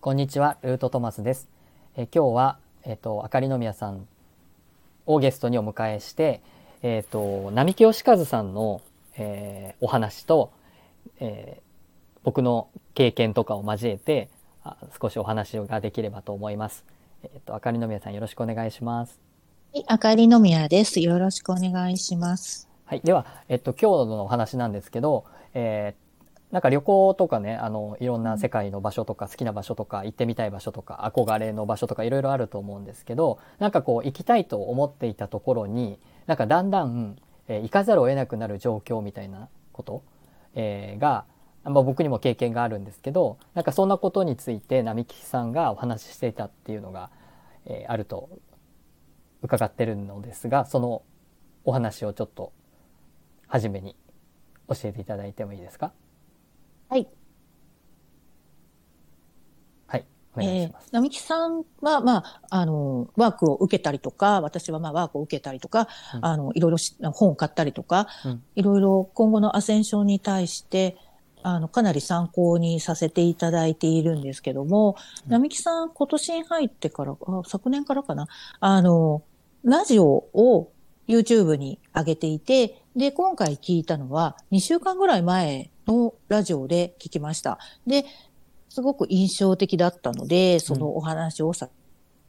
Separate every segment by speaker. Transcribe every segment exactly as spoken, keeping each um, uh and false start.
Speaker 1: こんにちは、ルートトマスです。え今日は、えっと、あかりのみやさんをゲストにお迎えして、えっと、並木義和さんの、えーお話と、えー僕の経験とかを交えてあ少しお話ができればと思います。えっと、あかりのみやさんよろしくお願いします。
Speaker 2: はい、あかりのみやです。よろしくお願いします。
Speaker 1: はい、では、えっと、今日のお話なんですけど、えーなんか旅行とかね、あの、いろんな世界の場所とか好きな場所とか行ってみたい場所とか憧れの場所とかいろいろあると思うんですけど、なんかこう行きたいと思っていたところに、なんかだんだん、えー行かざるを得なくなる状況みたいなこと、えーが、まあ、僕にも経験があるんですけど、なんかそんなことについて並木さんがお話ししていたっていうのが、えーあると伺ってるのですが、そのお話をちょっと初めに教えていただいてもいいですか？
Speaker 2: はい。
Speaker 1: はい、お
Speaker 2: えー、
Speaker 1: 願いします。
Speaker 2: 並木さんは、まあ、あの、ワークを受けたりとか、私はまあ、ワークを受けたりとか、
Speaker 1: うん、
Speaker 2: あの、いろいろし本を買ったりとか、
Speaker 1: うん、
Speaker 2: いろいろ今後のアセンションに対して、あの、かなり参考にさせていただいているんですけども、
Speaker 1: うん、
Speaker 2: 並木さん、今年に入ってから、あ、昨年からかな、あの、ラジオを YouTube に上げていて、で、今回聞いたのは、にしゅうかんぐらい前のラジオで聞きました。で、すごく印象的だったので、
Speaker 1: うん、
Speaker 2: そのお話をさ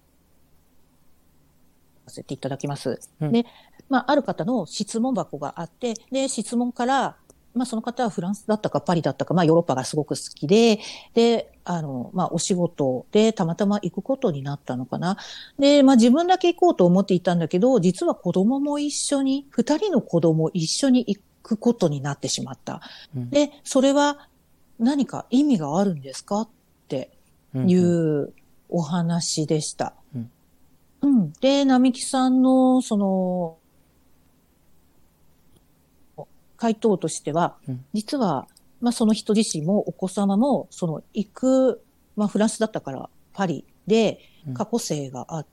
Speaker 2: せていただきます。
Speaker 1: うん、
Speaker 2: で、まあ、ある方の質問箱があって、で、質問から、まあ、その方はフランスだったかパリだったか、まあ、ヨーロッパがすごく好きで、で、あの、まあ、お仕事でたまたま行くことになったのかな。で、まあ、自分だけ行こうと思っていたんだけど、実は子供も一緒に、二人の子供一緒に行くことになってしまった。
Speaker 1: うん、
Speaker 2: で、それは何か意味があるんですかって
Speaker 1: うん、
Speaker 2: い
Speaker 1: うん、
Speaker 2: うお話でした。
Speaker 1: うん、
Speaker 2: うん。で、並木さんの、その、回答としては、
Speaker 1: うん、
Speaker 2: 実は、まあ、その人自身もお子様も、その、行く、まあ、フランスだったからパリで
Speaker 1: うん、
Speaker 2: 過去生があって、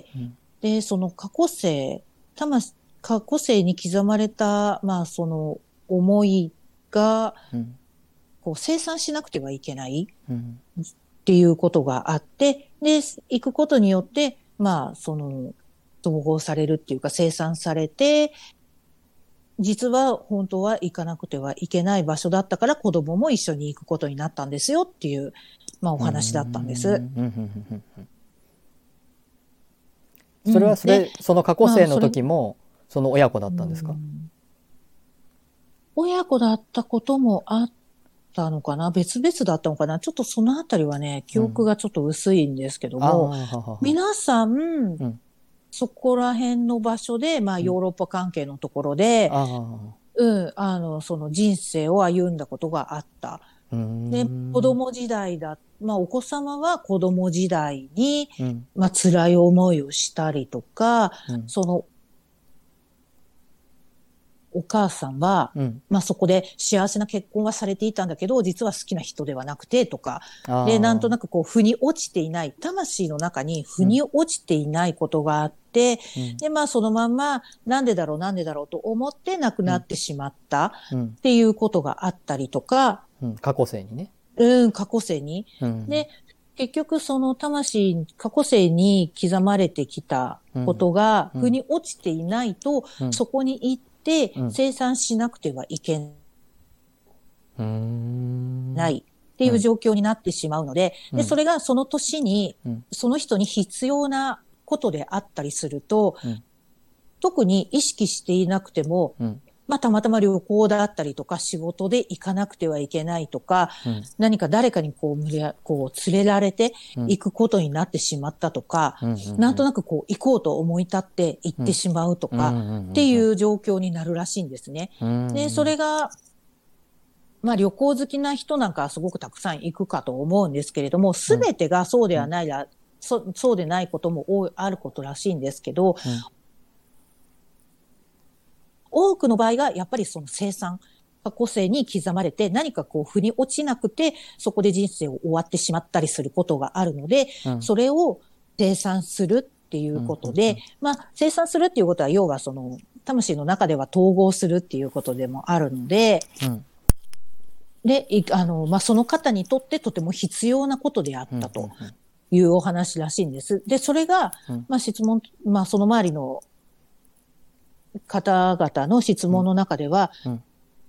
Speaker 1: うん、
Speaker 2: で、その過去生、魂、過去生に刻まれた、まあ、その思いが、
Speaker 1: うん、
Speaker 2: こう、生産しなくてはいけない
Speaker 1: うん、
Speaker 2: っていうことがあって、で、行くことによって、まあ、その、統合されるっていうか生産されて、実は本当は行かなくてはいけない場所だったから子供も一緒に行くことになったんですよっていう、まあお
Speaker 1: うん、う
Speaker 2: 話だったんです。
Speaker 1: ん。それは
Speaker 2: うん。で、
Speaker 1: それ、その過去生の
Speaker 2: まあそれ、
Speaker 1: 時も、その親子だっ
Speaker 2: う
Speaker 1: たんですか？
Speaker 2: ん、親子だったこともあったのかな、別々だったのかな、ちょっとそのあたりはね、記
Speaker 1: うん。
Speaker 2: 憶がちょっと薄いんですけど
Speaker 1: ああ、
Speaker 2: も、
Speaker 1: ははは。
Speaker 2: 皆さん、
Speaker 1: うん、
Speaker 2: そこら辺の場所で、まあ
Speaker 1: うん。
Speaker 2: ヨーロッパ関係のところで、
Speaker 1: ああ、
Speaker 2: うん、あの、その人生を歩んだことがあった。
Speaker 1: うー
Speaker 2: で、子
Speaker 1: ん、
Speaker 2: 供時代だ、まあお子様は子供時代に、
Speaker 1: うん、
Speaker 2: まあ辛い思いをしたりとか、
Speaker 1: うん、
Speaker 2: そのお母さんは、
Speaker 1: うん。
Speaker 2: まあそこで幸せな結婚はされていたんだけど、実は好きな人ではなくてとか、で、なんと
Speaker 1: ああ、
Speaker 2: なくこう、腑に落ちていない、魂の中に腑
Speaker 1: うん、
Speaker 2: に落ちていないことがあって、
Speaker 1: うん、
Speaker 2: で、まあそのまんま、なんでだろう、なんでだろうと思って亡く
Speaker 1: うん、
Speaker 2: なってしまった
Speaker 1: うん、
Speaker 2: っていうことがあったりとか、
Speaker 1: うん。過去生にね。
Speaker 2: うん、過去世に。
Speaker 1: うん、
Speaker 2: で、結局その魂、過去世に刻まれてきた
Speaker 1: うん、
Speaker 2: ことが、腑
Speaker 1: うん、
Speaker 2: に落ちていないと、
Speaker 1: うん、
Speaker 2: そこに行って
Speaker 1: うん。
Speaker 2: 生産しなくてはいけ
Speaker 1: うーん、
Speaker 2: ないっていう
Speaker 1: うん、
Speaker 2: 状況になってしまうので、で、そ
Speaker 1: うん、
Speaker 2: れがその年に、
Speaker 1: うん、
Speaker 2: その人に必要なことであったりすると、
Speaker 1: うん、
Speaker 2: 特に意識していなくても、
Speaker 1: うん、
Speaker 2: まあ、たまたま旅行だったりとか、仕事で行かなくてはいけないとか、
Speaker 1: うん、
Speaker 2: 何か誰かにこう、無理や、こう、連れられて
Speaker 1: うん、
Speaker 2: 行くことになってしまったとか、
Speaker 1: うん、うん、
Speaker 2: なんとなくこう、行こうと思い立って行っ
Speaker 1: うん、
Speaker 2: てしまうと
Speaker 1: うん、う
Speaker 2: か、って
Speaker 1: ん、うん、
Speaker 2: いう状況になるらしいんですね。
Speaker 1: う
Speaker 2: で、そ
Speaker 1: ん、
Speaker 2: れが、まあ旅行好きな人なんかはすごくたくさん行くかと思うんですけれども、す
Speaker 1: うん、
Speaker 2: べてがそうで
Speaker 1: うん、
Speaker 2: はないら、そそうでないことも多いあることらしいんですけど、
Speaker 1: うん、
Speaker 2: 多くの場合がやっぱりその生産、過去性に刻まれて何かこう腑に落ちなくて、そこで人生を終わってしまったりすることがあるので、
Speaker 1: うん、
Speaker 2: それを生産するっていうこ
Speaker 1: うん、
Speaker 2: とで、まあ生産するっていうことは要はその魂の中では統合するっていうことでもあるので、
Speaker 1: うん、
Speaker 2: で、いあの、まあ、その方にとってとても必要なことであったと
Speaker 1: うんうん
Speaker 2: いうお話らしいんです。で、それが、
Speaker 1: うん
Speaker 2: まあ、質問、まあ、その周りの方々の質問の中では、
Speaker 1: うん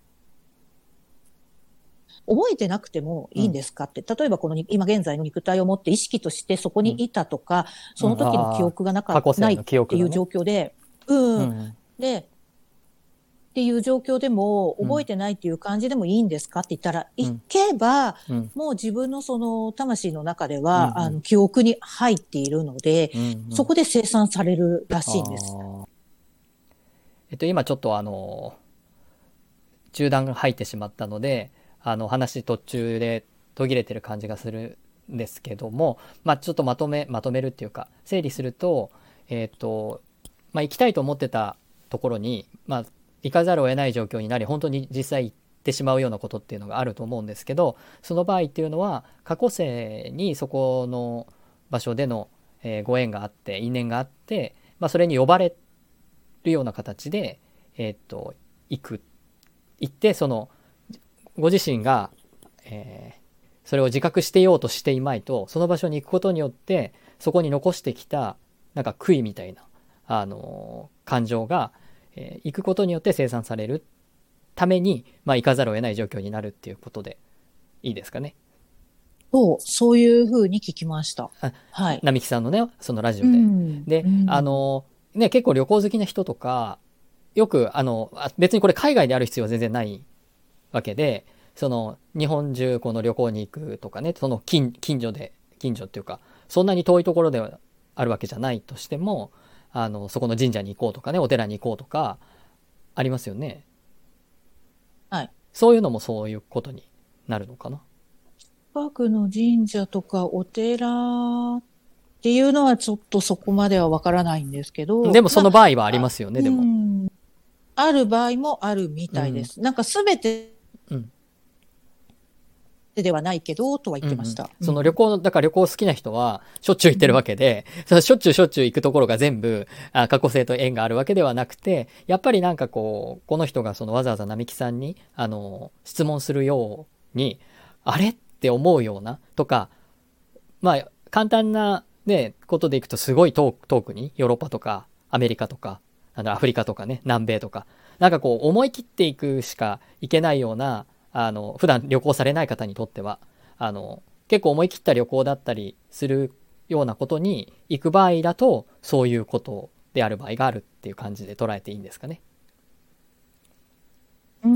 Speaker 2: 覚えてなくてもいいんですかって。例えばこのに今現在の肉体を持って意識としてそこにいたとか、その時の記憶がなか、
Speaker 1: 過去世の
Speaker 2: ないっ
Speaker 1: 記憶がね。
Speaker 2: ていう状況で、うん。
Speaker 1: うんうん
Speaker 2: で、っていう状況でも、
Speaker 1: うん
Speaker 2: 覚えてないっていう感じでもいいんですかって言ったら、
Speaker 1: うん
Speaker 2: 行けば、
Speaker 1: うん
Speaker 2: もう自分のその魂の中で
Speaker 1: うん
Speaker 2: は、
Speaker 1: うん
Speaker 2: あの、記憶に入っているので、
Speaker 1: うんうん
Speaker 2: そこで生産されるらしいんです。
Speaker 1: あーえっと、今ちょっとあの、中断が入ってしまったので、あの、話途中で途切れてる感じがするんですけども、まあ、ちょっとまとめ、まとめるっていうか、整理すると、えっと、まあ、行きたいと思ってたところに、まあ、行かざるを得ない状況になり、本当に実際行ってしまうようなことっていうのがあると思うんですけど、その場合っていうのは、過去世にそこの場所での、えーご縁があって、因縁があって、まあ、それに呼ばれるような形で、えっと、行く。行って、その、ご自身が、えーそれを自覚していようとしていまいと、その場所に行くことによって、そこに残してきた、なんか悔いみたいな、あのー感情が、えー行くことによって生産されるために、まあ、行かざるを得ない状況になるっていうことで、いいですかね。
Speaker 2: そう、そういうふうに聞きました。
Speaker 1: あ、
Speaker 2: はい。
Speaker 1: 並木さんのね、そのラジオ
Speaker 2: う
Speaker 1: で。
Speaker 2: ん。
Speaker 1: で、
Speaker 2: うん
Speaker 1: あのーね、結構旅行好きな人とか、よく、あの、あ別にこれ海外である必要は全然ないわけで、その日本中この旅行に行くとかね、その近近所で、近所っていうか、そんなに遠いところではあるわけじゃないとしても、あの、そこの神社に行こうとかね、お寺に行こうとか、ありますよね。
Speaker 2: はい。
Speaker 1: そういうのもそういうことになるのかな。
Speaker 2: 近くの神社とかお寺っていうのはちょっとそこまではわからないんですけど、
Speaker 1: でもその
Speaker 2: ま
Speaker 1: 場合はあり
Speaker 2: あ、
Speaker 1: ますよね、
Speaker 2: う
Speaker 1: でも。
Speaker 2: ん、ある場合もあるみ
Speaker 1: うん。
Speaker 2: たいです。なんかすべて
Speaker 1: うん。
Speaker 2: ではないけど、とは言
Speaker 1: うんうん。
Speaker 2: ってました。うん。
Speaker 1: その旅行、だから旅行好きな人は、しょっちゅう行ってるわけで、そのしょっちゅうしょっちゅう行くところが全部、あ、過去性と縁があるわけではなくて、やっぱりなんかこう、この人がそのわざわざ並木さんに、あの、質問するように、あれって思うような、とか、まあ、簡単なね、ことでいくとすごい遠く、遠くに、ヨーロッパとか、アメリカとか、あの、アフリカとかね、南米とか、なんかこう、思い切っていくしかいけないような、あの、普段旅行されない方にとっては、あの、結構思い切った旅行だったりするようなことに行く場合だと、そういうことである場合があるっていう感じで捉えていいんですかね。
Speaker 2: うん、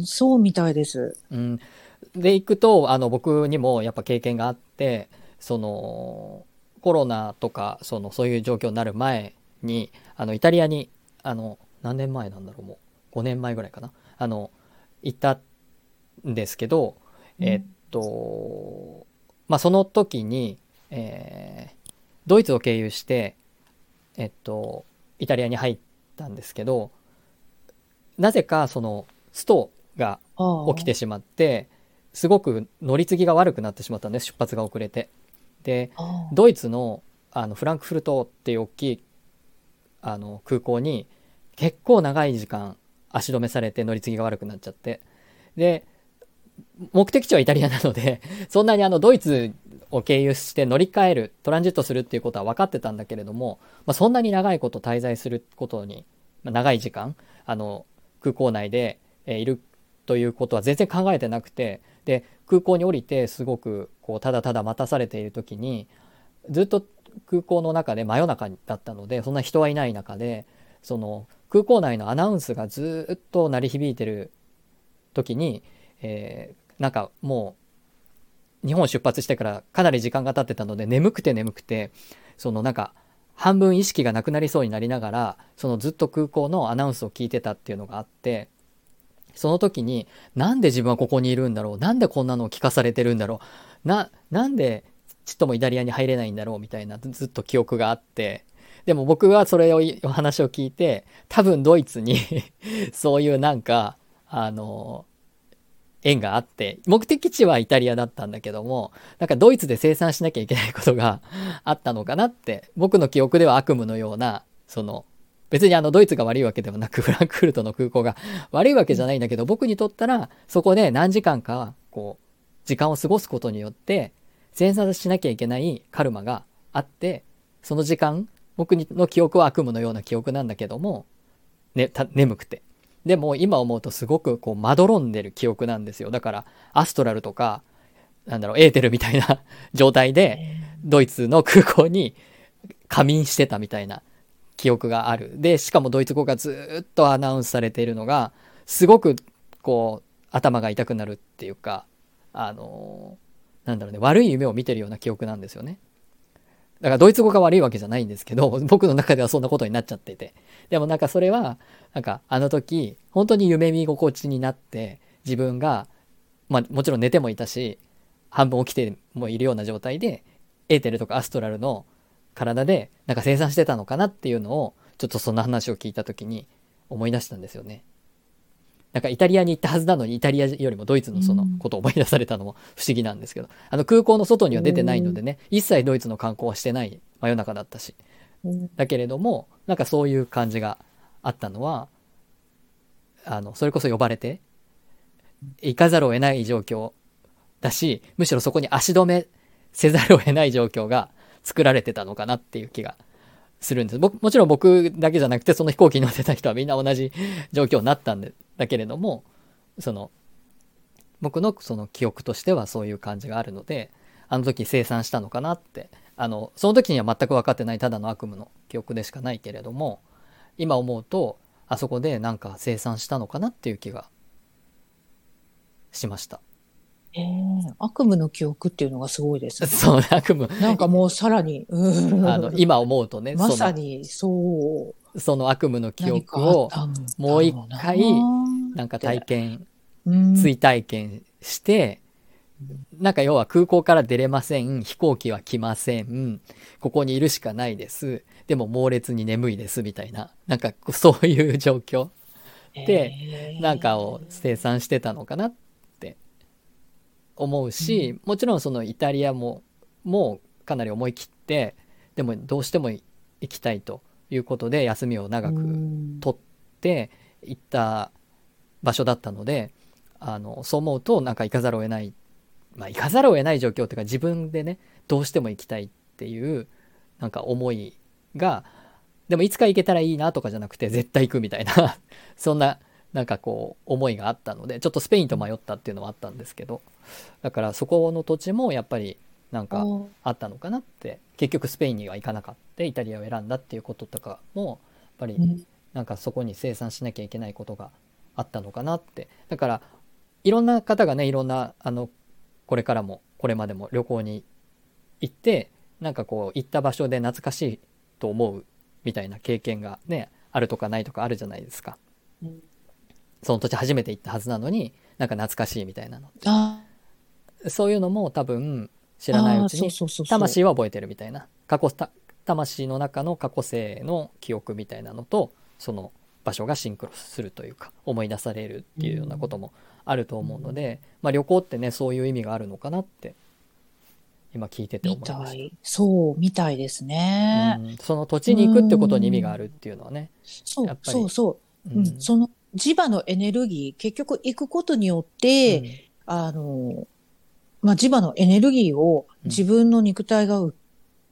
Speaker 2: そうみたいです。
Speaker 1: うん。で、行くと、あの、僕にもやっぱ経験があって、その、コロナとか、その、そういう状況になる前に、あの、イタリアに、あの、何年前なんだろう、もう、ごねんまえぐらいかな。あの、行ったんですけど、えっ
Speaker 2: うん。
Speaker 1: と、まあ、その時に、えードイツを経由して、えっと、イタリアに入ったんですけど、なぜかそのストが
Speaker 2: ああ、
Speaker 1: 起きてしまって、すごく乗り継ぎが悪くなってしまったんです、出発が遅れて。で、
Speaker 2: ああ、
Speaker 1: ドイツの、あのフランクフルトっていう大きいあの空港に結構長い時間足止めされて乗り継ぎが悪くなっちゃって。で、目的地はイタリアなので、そんなにあのドイツを経由して乗り換える、トランジットするっていうことは分かってたんだけれども、まあ、そんなに長いこと滞在することに、まあ、長い時間、あの、空港内で、えーいるということは全然考えてなくて、で、空港に降りてすごく、こう、ただただ待たされている時に、ずっと空港の中で真夜中だったので、そんな人はいない中で、その、空港内のアナウンスがずっと鳴り響いてる時に、えーなんかもう日本出発してからかなり時間が経ってたので眠くて眠くて、そのなんか半分意識がなくなりそうになりながら、そのずっと空港のアナウンスを聞いてたっていうのがあって、その時になんで自分はここにいるんだろう、なんでこんなのを聞かされてるんだろう、な、なんでちっともイタリアに入れないんだろうみたいなずっと記憶があって、でも僕はそれをお話を聞いて、多分ドイツにそういうなんかあの縁があって、目的地はイタリアだったんだけども、なんかドイツで生産しなきゃいけないことがあったのかなって、僕の記憶では悪夢のような、その、別にあのドイツが悪いわけでもなく、フランクフルトの空港が悪いわけじゃないんだけど、僕にとったら、そこで何時間かこう時間を過ごすことによって生産しなきゃいけないカルマがあって、その時間僕の記憶は悪夢のような記憶なんだけども、ね、た眠くて、でも今思うとすごくこうまどろんでる記憶なんですよ。だからアストラルとかなんだろうエーテルみたいな状態でドイツの空港に仮眠してたみたいな記憶がある。でしかもドイツ語がずっとアナウンスされているのがすごくこう頭が痛くなるっていうか、あのー、なんだろうね、悪い夢を見てるような記憶なんですよね。だからドイツ語が悪いわけじゃないんですけど、僕の中ではそんなことになっちゃってて、でもなんかそれはなんかあの時本当に夢見心地になって、自分がまあもちろん寝てもいたし半分起きてもいるような状態でエーテルとかアストラルの体でなんか生産してたのかなっていうのを、ちょっとそんな話を聞いた時に思い出したんですよね。なんかイタリアに行ったはずなのにイタリアよりもドイツのそのことを思い出されたのも不思議なんですけど、あの空港の外には出てないのでね、一切ドイツの観光はしてない真夜中だったし、だけれどもなんかそういう感じがあったのは、あのそれこそ呼ばれて行かざるを得ない状況だし、むしろそこに足止めせざるを得ない状況が作られてたのかなっていう気がするんです。僕もちろん僕だけじゃなくて、その飛行機に乗ってた人はみんな同じ状況になったんでだけれども、その僕のその記憶としてはそういう感じがあるので、あの時清算したのかなって、あのその時には全く分かってないただの悪夢の記憶でしかないけれども、今思うとあそこでなんか清算したのかなっていう気がしました。
Speaker 2: えー、悪夢の記憶っていうのがすごいですね。
Speaker 1: そう悪夢
Speaker 2: なんかもうさらに、うん、
Speaker 1: あの今思うとね、
Speaker 2: まさにそう、
Speaker 1: その悪夢の記憶をもう一回なんか体験、追体験して、なんか要は空港から出れません、飛行機は来ません、ここにいるしかないです、でも猛烈に眠いですみたいな、なんかそういう状況でなんかを清算してたのかなって思うし、もちろんそのイタリアももうかなり思い切って、でもどうしても行きたいということで休みを長く取って行った場所だったので、あのそう思うとなんか行かざるを得ない、まあ行かざるを得ない状況っていうか、自分でねどうしても行きたいっていうなんか思いが、でもいつか行けたらいいなとかじゃなくて絶対行くみたいなそんななんかこう思いがあったので、ちょっとスペインと迷ったっていうのはあったんですけど、だからそこの土地もやっぱりなんかあったのかなって、結局スペインには行かなかったイタリアを選んだっていうこととかもやっぱりなんかそこに清算しなきゃいけないことがあったのかなって。だからいろんな方がね、いろんなあのこれからもこれまでも旅行に行って、なんかこう行った場所で懐かしいと思うみたいな経験がねあるとかないとかあるじゃないですか。うん、その土地初めて行ったはずなのになんか懐かしいみたいなの、あそういうのも多分知らないうちに魂は覚えてるみたいな、過去魂の中の過去世の記憶みたいなのとその場所がシンクロするというか思い出されるっていうようなこともあると思うので、うん、まあ、旅行ってねそういう意味があるのかなって今聞いてて思いました。
Speaker 2: そうみたいですね、
Speaker 1: うん、その土地に行くってことに意味があるっていうのはね、
Speaker 2: そうやっぱりそうそう、うん、その磁場のエネルギー結局行くことによって、うん、あのまあ、磁場のエネルギーを自分の肉体が受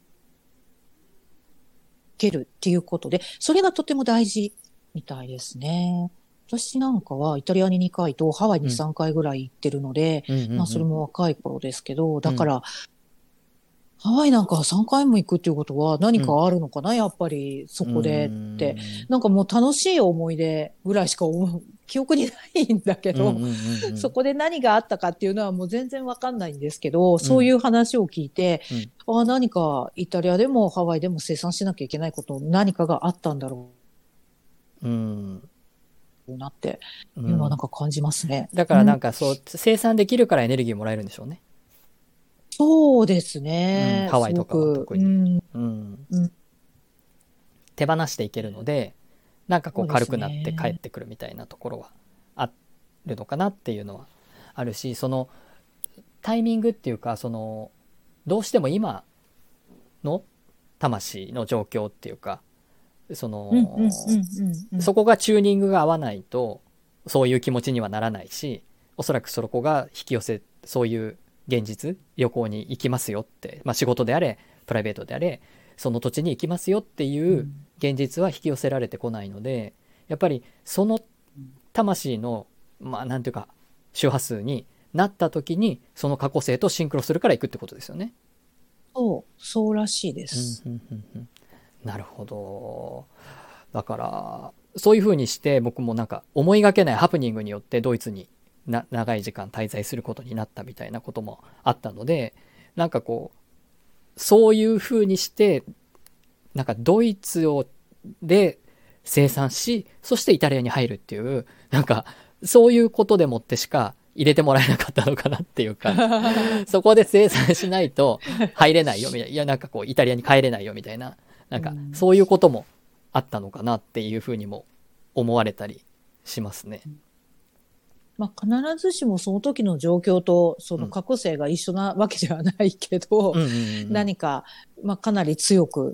Speaker 2: けるっていうことで、それがとても大事みたいですね。私なんかはイタリアににかいとハワイにさんかいぐらい行ってるので、うん、まあそれも若い頃ですけど、だから、うん、ハワイなんかさんかいも行くっていうことは何かあるのかな、うん、やっぱりそこでって。なんかもう楽しい思い出ぐらいしか思う。記憶にないんだけど、うんうんうんうん、そこで何があったかっていうのはもう全然わかんないんですけど、うん、そういう話を聞いて、うん、あ何かイタリアでもハワイでも清算しなきゃいけないこと何かがあったんだろう、うん、なっていうのはなんか感じますね。
Speaker 1: うん、だからなんかそう、うん、清算できるからエネルギーもらえるんでしょうね。
Speaker 2: そうですね、
Speaker 1: うん、ハワイとかは特に、うんうんうん、手放していけるのでなんかこう軽くなって帰ってくるみたいなところはあるのかなっていうのはあるし、そのタイミングっていうか、そのどうしても今の魂の状況っていうか、そのそこがチューニングが合わないとそういう気持ちにはならないし、おそらくそこが引き寄せそういう現実、旅行に行きますよって、まあ、仕事であれプライベートであれその土地に行きますよっていう現実は引き寄せられてこないので、やっぱりその魂のまあなんていうか周波数になった時にその過去性とシンクロするから行くってことですよね。
Speaker 2: そう、そうらしいです。
Speaker 1: うんうんうんうん、なるほど。だからそういう風にして僕もなんか思いがけないハプニングによってドイツにな長い時間滞在することになったみたいなこともあったので、なんかこうそういう風にしてなんかドイツをで生産し、そしてイタリアに入るっていうなんかそういうことでもってしか入れてもらえなかったのかなっていうかそこで生産しないと入れないよみたいな、いやなんかこうイタリアに帰れないよみたいな、なんかそういうこともあったのかなっていうふうにも思われたりしますね。
Speaker 2: まあ、必ずしもその時の状況とその過去性が一緒なわけではないけど、うんうんうんうん、何か、まあ、かなり強く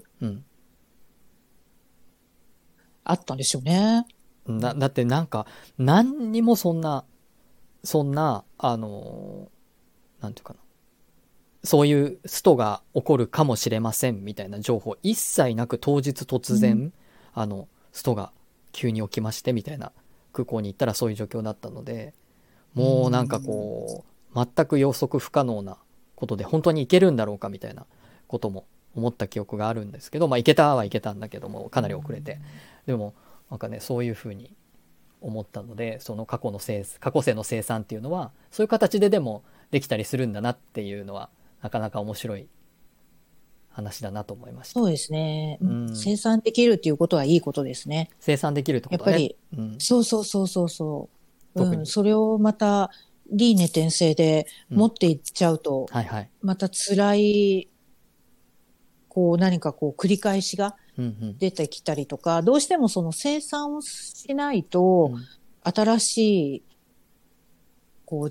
Speaker 2: あったんでしょうね。
Speaker 1: だ, だってなんか何にもそんなそんなあのなんていうかな、そういうストが起こるかもしれませんみたいな情報一切なく、当日突然、うん、あのストが急に起きましてみたいな、空港に行ったらそういう状況だったので、もうなんかこう全く予測不可能なことで本当に行けるんだろうかみたいなことも思った記憶があるんですけど、まあ行けたは行けたんだけどもかなり遅れて、でもなんかねそういう風に思ったので、その過去の生過去性の生産っていうのはそういう形ででもできたりするんだなっていうのはなかなか面白い話だなと思いました。
Speaker 2: そうですね、うん、生産できるっていうことはいいことですね。
Speaker 1: 生産できるってことはね、
Speaker 2: やっぱり、うん、そうそうそうそうそう、うん、それをまた輪廻転生で持っていっちゃうと、うんはいはい、また辛いこう何かこう繰り返しが出てきたりとか、うんうん、どうしてもその生産をしないと、うん、新しいこう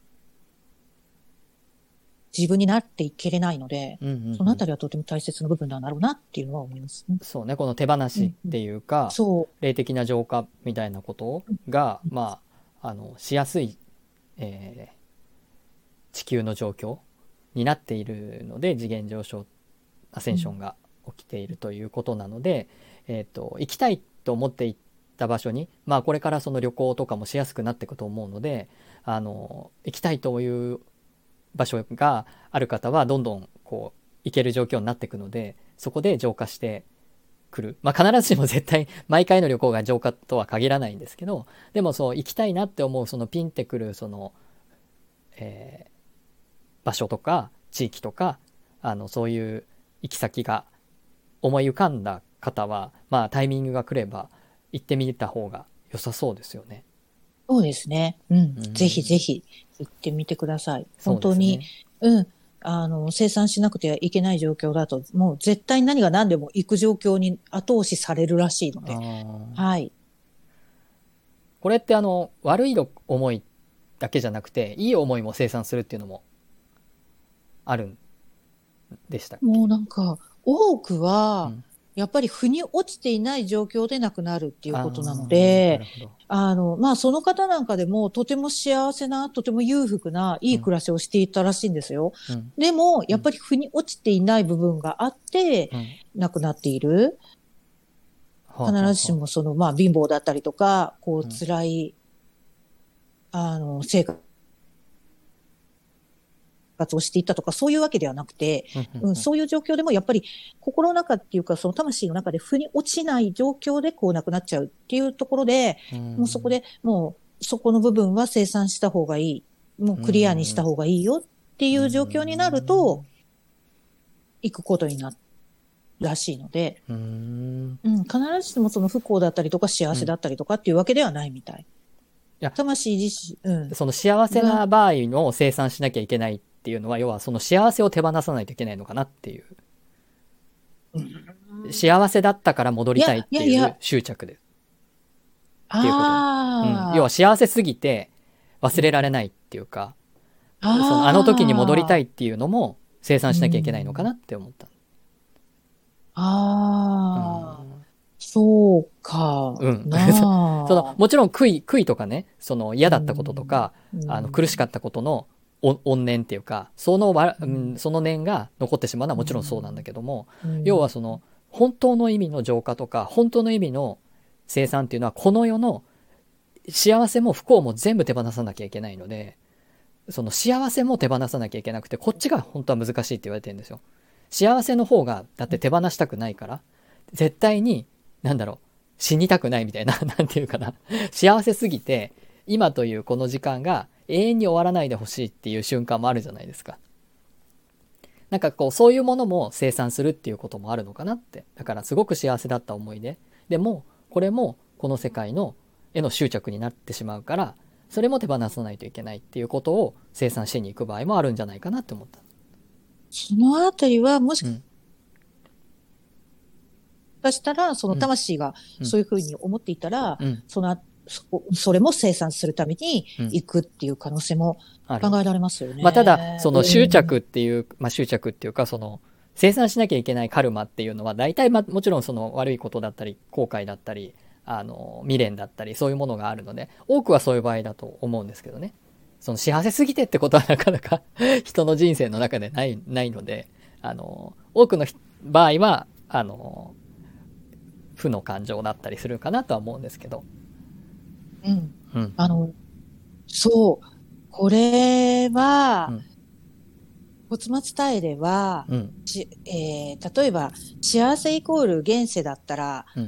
Speaker 2: 自分になっていけれないので、うんうんうん、そのあたりはとても大切な部分なんだろうなっていうのは思います、ね。
Speaker 1: そうね、この手放しっていうか、うんうん、そう霊的な浄化みたいなことが、うん、まああのしやすい、えー、地球の状況になっているので、次元上昇アセンションが起きているということなので、うん、えーと、行きたいと思って行った場所に、まあこれからその旅行とかもしやすくなっていくと思うので、あの行きたいという場所がある方はどんどんこう行ける状況になっていくので、そこで浄化してくる、まあ必ずしも絶対毎回の旅行が浄化とは限らないんですけど、でもそう行きたいなって思うそのピンってくるその、えー、場所とか地域とか、あのそういう行き先が思い浮かんだ方は、まあタイミングが来れば行ってみた方が良さそうですよね。
Speaker 2: そうですね。うん。うん、ぜひぜひ行ってみてください。本当に、う、ね、うん。あの、生産しなくてはいけない状況だと、もう絶対何が何でも行く状況に後押しされるらしいので。はい。
Speaker 1: これってあの、悪い思いだけじゃなくて、いい思いも生産するっていうのもあるんでしたっけ？
Speaker 2: もうなんか、多くは、うんやっぱり腑に落ちていない状況で亡くなるっていうことなので、あ, あの、まあ、その方なんかでもとても幸せな、とても裕福ないい暮らしをしていたらしいんですよ。うん、でも、やっぱり腑に落ちていない部分があって、うん、亡くなっている。必ずしもその、まあ、貧乏だったりとか、こう、辛い、うん、あの、生活、活をしていったとかそういうわけではなくて、うん、そういう状況でもやっぱり心の中っていうかその魂の中で腑に落ちない状況でこうなくなっちゃうっていうところで、うん、もうそこでもうそこの部分は清算した方がいい、もうクリアにした方がいいよっていう状況になると、行くことになるらしいので、うん、うん、必ずしもその不幸だったりとか幸せだったりとかっていうわけではないみたい。いや魂自身、うん、
Speaker 1: その幸せな場合の生産しなきゃいけないっていうのは、要はその幸せを手放さないといけないのかなっていう、うん、幸せだったから戻りたいっていう執着でっていうこと、うん、要は幸せすぎて忘れられないっていうか、うん、あ, そのあの時に戻りたいっていうのも生産しなきゃいけないのかなって思った、うん、
Speaker 2: ああ、うん、そうか。
Speaker 1: うん。そのもちろん悔い悔いとかね、その嫌だったこととか、うん、あの苦しかったことのお怨念っていうか、そのわ、うん、その念が残ってしまうのはもちろんそうなんだけども、
Speaker 2: うん、
Speaker 1: 要はその本当の意味の浄化とか本当の意味の生産っていうのは、この世の幸せも不幸も全部手放さなきゃいけないので、その幸せも手放さなきゃいけなくて、こっちが本当は難しいって言われてるんですよ。幸せの方がだって手放したくないから、絶対になんだろう、死にたくないみたいななんていうかな、幸せすぎて今というこの時間が永遠に終わらないでほしいっていう瞬間もあるじゃないですか。なんかこうそういうものも生産するっていうこともあるのかなって。だからすごく幸せだった思い出でも、これもこの世界のへの執着になってしまうから、それも手放さないといけないっていうことを生産しに行く場合もあるんじゃないかなって思った。
Speaker 2: そのあたりはもし
Speaker 1: うん
Speaker 2: かしたら、その魂がそういうふうに思っていたら、うん、そのそそれも生産するために行くっていう可能性も考えられますよね。
Speaker 1: うん、まあ、ただその執着っていう、まあ、執着っていうか、その生産しなきゃいけないカルマっていうのは大体、まあ、もちろんその悪いことだったり後悔だったりあの未練だったりそういうものがあるので、多くはそういう場合だと思うんですけどね。その幸せすぎてってことはなかなか人の人生の中でないないので、あの多くの場合はあの負の感情だったりするかなとは思うんですけど。
Speaker 2: うん。うん、あの、そう。これは、うん、骨末タイレは、うん、えー、例えば、幸せイコール現世だったら、うん、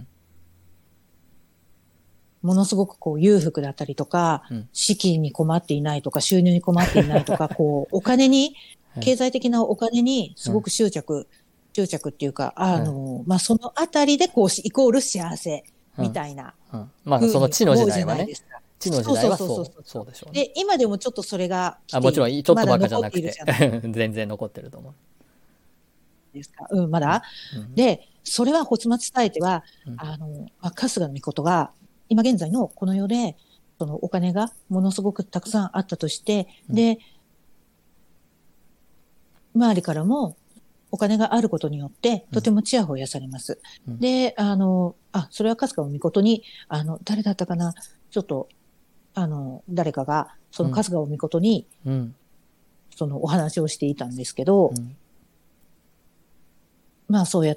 Speaker 2: ものすごくこう裕福だったりとか、うん、資金に困っていないとか、収入に困っていないとか、こう、お金に、経済的なお金にすごく執着、うん、執着っていうか、あの、はい、まあ、そのあたりでこう、イコール幸せみたいな、
Speaker 1: うんうん。まあ、その地の時代はね。地の時代はそう、そうそうそうそうでしょうね。
Speaker 2: で、今でもちょっとそれが
Speaker 1: あ、もちろん、ちょっとばっかじゃなくて、全然残ってると思う。
Speaker 2: ですか。うん、まだ、うん、で、それは骨末伝えては、うん、あの、まあ、春日の御事が、今現在のこの世で、そのお金がものすごくたくさんあったとして、うん、で、周りからもお金があることによって、とてもちやほやされます。うん、で、あの、あ、それは春日の御事に、あの、誰だったかな、ちょっと、あの、誰かが、その春日を御事に、うん、そのお話をしていたんですけど、うん、まあそうやって、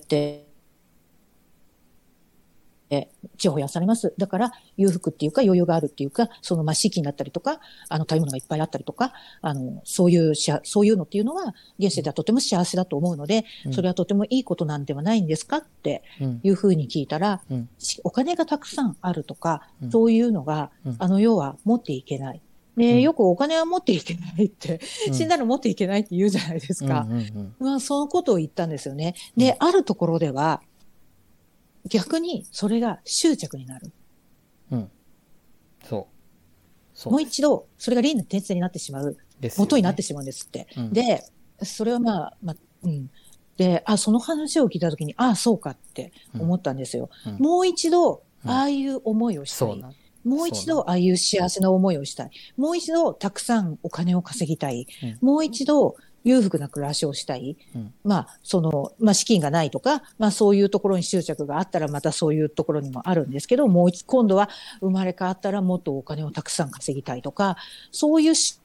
Speaker 2: え、地方やされます。だから、裕福っていうか余裕があるっていうか、そのまあ資金だったりとか、あの食べ物がいっぱいあったりとか、あの、そういうしゃ、そういうのっていうのは、現世ではとても幸せだと思うので、うん、それはとてもいいことなんではないんですかっていうふうに聞いたら、うん、お金がたくさんあるとか、うん、そういうのが、あの世は持っていけない。で、よくお金は持っていけないって、うん、死んだら持っていけないって言うじゃないですか。うんうんうん、まあ、そのことを言ったんですよね。で、あるところでは、逆にそれが執着になる。
Speaker 1: うん。そう。
Speaker 2: そうもう一度、それが輪廻転生になってしまう。元になってしまうんですって。うん、で、それはまあ、まあ、うん。で、あ、その話を聞いたときに、ああ、そうかって思ったんですよ。うん、もう一度、ああいう思いをしたい。うん、もう一度、ああいう幸せな思いをしたい。もう一度、たくさんお金を稼ぎたい。うん、もう一度、裕福な暮らしをしたい。うん、まあ、その、まあ、資金がないとか、まあ、そういうところに執着があったら、またそういうところにもあるんですけど、もう一、今度は生まれ変わったらもっとお金をたくさん稼ぎたいとか、そういう執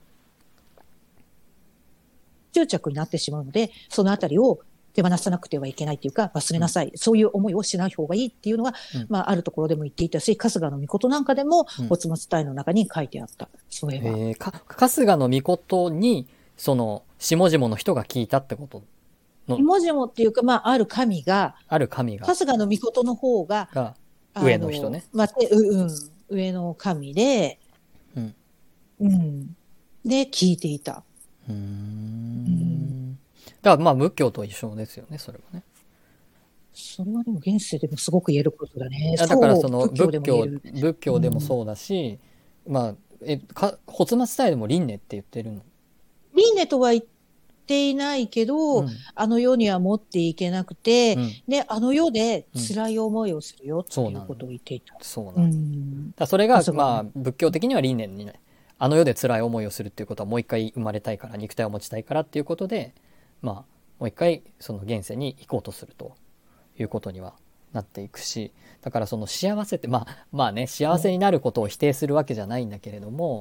Speaker 2: 着になってしまうので、そのあたりを手放さなくてはいけないっていうか、忘れなさい。うん、そういう思いをしない方がいいっていうのが、うん、まあ、あるところでも言っていたし、春日の御事なんかでも、骨末体の中に書いてあった。そういえば。
Speaker 1: えー、か、春日の御事に、その、下々の人が聞いたってこと
Speaker 2: の下々っていうか、まあ、ある神が、
Speaker 1: ある神が。
Speaker 2: 春日の御事の方が、
Speaker 1: が上の人ね。
Speaker 2: まあ、う、うん、上の神で、うん。うん。で、聞いていた。
Speaker 1: うーん。うんだからまあ仏教と一緒ですよね、それはね。
Speaker 2: それはでも現世でもすごく言えることだね。
Speaker 1: だからその仏教、仏教でもそうだし、うん、まあ、え、か、骨末体でも輪廻って言ってるの？
Speaker 2: 輪廻とは言っていないけど、うん、あの世には持っていけなくて、うん、で、あの世で辛い思いをするよっていうことを言っていた。
Speaker 1: そうなんだ。うん、だそれが、まあ、仏教的には輪廻にない。あの世で辛い思いをするっていうことはもう一回生まれたいから、肉体を持ちたいからっていうことで、まあ、もう一回その現世に行こうとするということにはなっていくし、だからその幸せって、まあ、まあね、幸せになることを否定するわけじゃないんだけれども、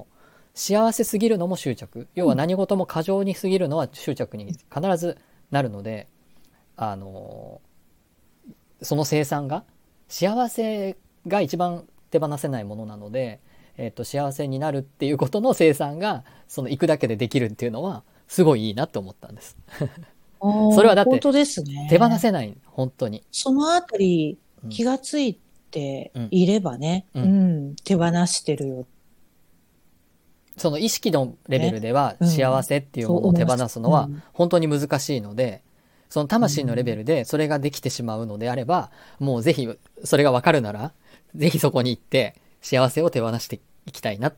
Speaker 1: 幸せすぎるのも執着、要は何事も過剰に過ぎるのは執着に必ずなるので、あのその生産が幸せが一番手放せないものなので、えっと、幸せになるっていうことの生産がその行くだけでできるっていうのはすごいいいなって思ったんです。それはだって
Speaker 2: 本当ですね。
Speaker 1: 手放せない、本当に。
Speaker 2: そのあたり
Speaker 1: うん
Speaker 2: 気がついていればね、
Speaker 1: う
Speaker 2: うんん、手放してるよ。
Speaker 1: その意識のレベルでは
Speaker 2: うん
Speaker 1: 幸せっていうものを手放すのは
Speaker 2: うん
Speaker 1: 本当に難しいので、その魂のレベルでそれができてしまうのであれば、もうぜひそれが分かるならぜひそこに行って幸せを手放していきたいなって、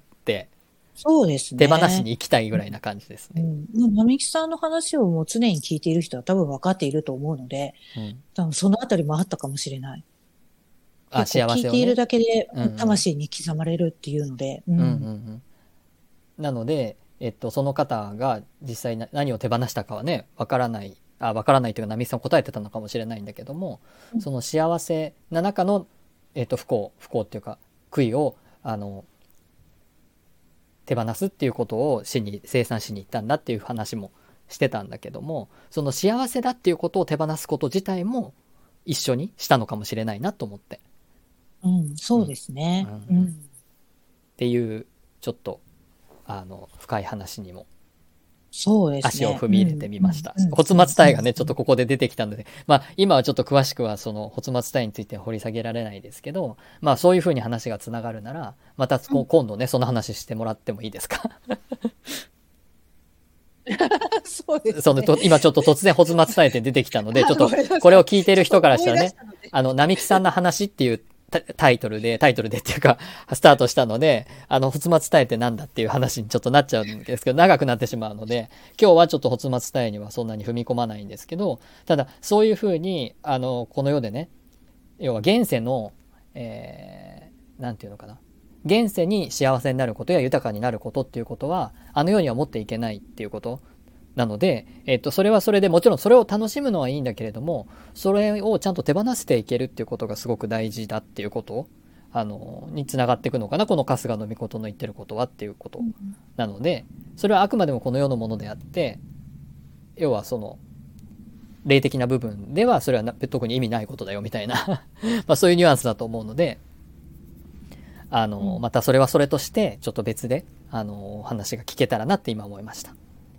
Speaker 2: そうですね。
Speaker 1: 手放しに行きたいぐらいな感じですね。
Speaker 2: うん。並木さんの話をもう常に聞いている人は多分分かっていると思うので、
Speaker 1: うん
Speaker 2: 多分そのあたりもあったかもしれない。
Speaker 1: あ、
Speaker 2: 結構
Speaker 1: 幸せをね。
Speaker 2: 聞いているだけで
Speaker 1: うんうん
Speaker 2: 魂に刻まれるっていうので、うん
Speaker 1: うんうんうんなので、えっと、その方が実際な何を手放したかはね、わからない、あ、わからないというか、波さん答えてたのかもしれないんだけども、その幸せな中の、えっと、不幸、不幸っていうか、悔いを、あの、手放すっていうことをしに、生産しに行ったんだっていう話もしてたんだけども、その幸せだっていうことを手放すこと自体も一緒にしたのかもしれないなと思って。
Speaker 2: うん、そうですね。
Speaker 1: う
Speaker 2: うんん。
Speaker 1: っていう、ちょっと、あの、深い話にも
Speaker 2: そうですね。
Speaker 1: 足を踏み入れてみました。
Speaker 2: うんうん
Speaker 1: 骨松体がね、ちょっとここで出てきたので、まあ今はちょっと詳しくはその骨松体について掘り下げられないですけど、まあそういうふうに話がつながるなら、またこう今度ね、その話してもらってもいいですか？
Speaker 2: そうですね。
Speaker 1: そのと今ちょっと突然骨松体って出てきたので、ちょっと
Speaker 2: ごめんなさい
Speaker 1: これを聞いてる人からしたらね
Speaker 2: 思い出したので、
Speaker 1: あの、並木さんの話っていうタタイトルで、タイトルでっていうか、スタートしたので、あの、骨松体ってなんだっていう話にちょっとなっちゃうんですけど、長くなってしまうので、今日はちょっと骨松体にはそんなに踏み込まないんですけど、ただ、そういうふうに、あの、この世でね、要は現世の、えー、なんていうのかな。現世に幸せになることや豊かになることっていうことは、あの世には持っていけないっていうことなので、えっと、それはそれでもちろんそれを楽しむのはいいんだけれども、それをちゃんと手放していけるっていうことがすごく大事だっていうことあのにつながっていくのかな、この春日の御事の言ってることはっていうことなので、それはあくまでもこの世のものであって、要はその霊的な部分ではそれは特に意味ないことだよみたいなまあそういうニュアンスだと思うので、あのまたそれはそれとしてちょっと別であの話が聞けたらなって今思いました。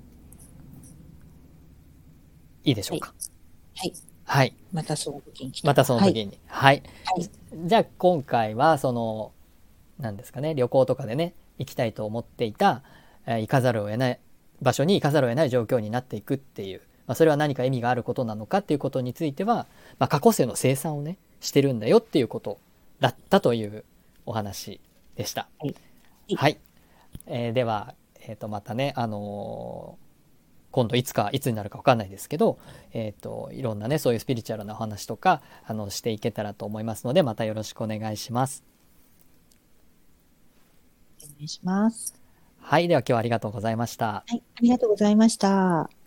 Speaker 1: いいでしょうか。
Speaker 2: はい。
Speaker 1: はい。
Speaker 2: またその時に来た
Speaker 1: またその時に。はい。
Speaker 2: はい。
Speaker 1: じゃあ今回はその、何ですかね、旅行とかでね、行きたいと思っていた、えー行かざるを得ない、場所に行かざるを得ない状況になっていくっていう、まあ、それは何か意味があることなのかっていうことについては、まあ、過去世の生産をね、してるんだよっていうことだったというお話でした。
Speaker 2: はい。
Speaker 1: はい。えーでは、えっと、またね、あのー今度いつかいつになるか分かんないですけど、えっといろんなねそういうスピリチュアルなお話とかあのしていけたらと思いますので、またよろしくお願いします。
Speaker 2: お願いします。
Speaker 1: はい、では今日はありがとうございました。
Speaker 2: はい。ありがとうございました。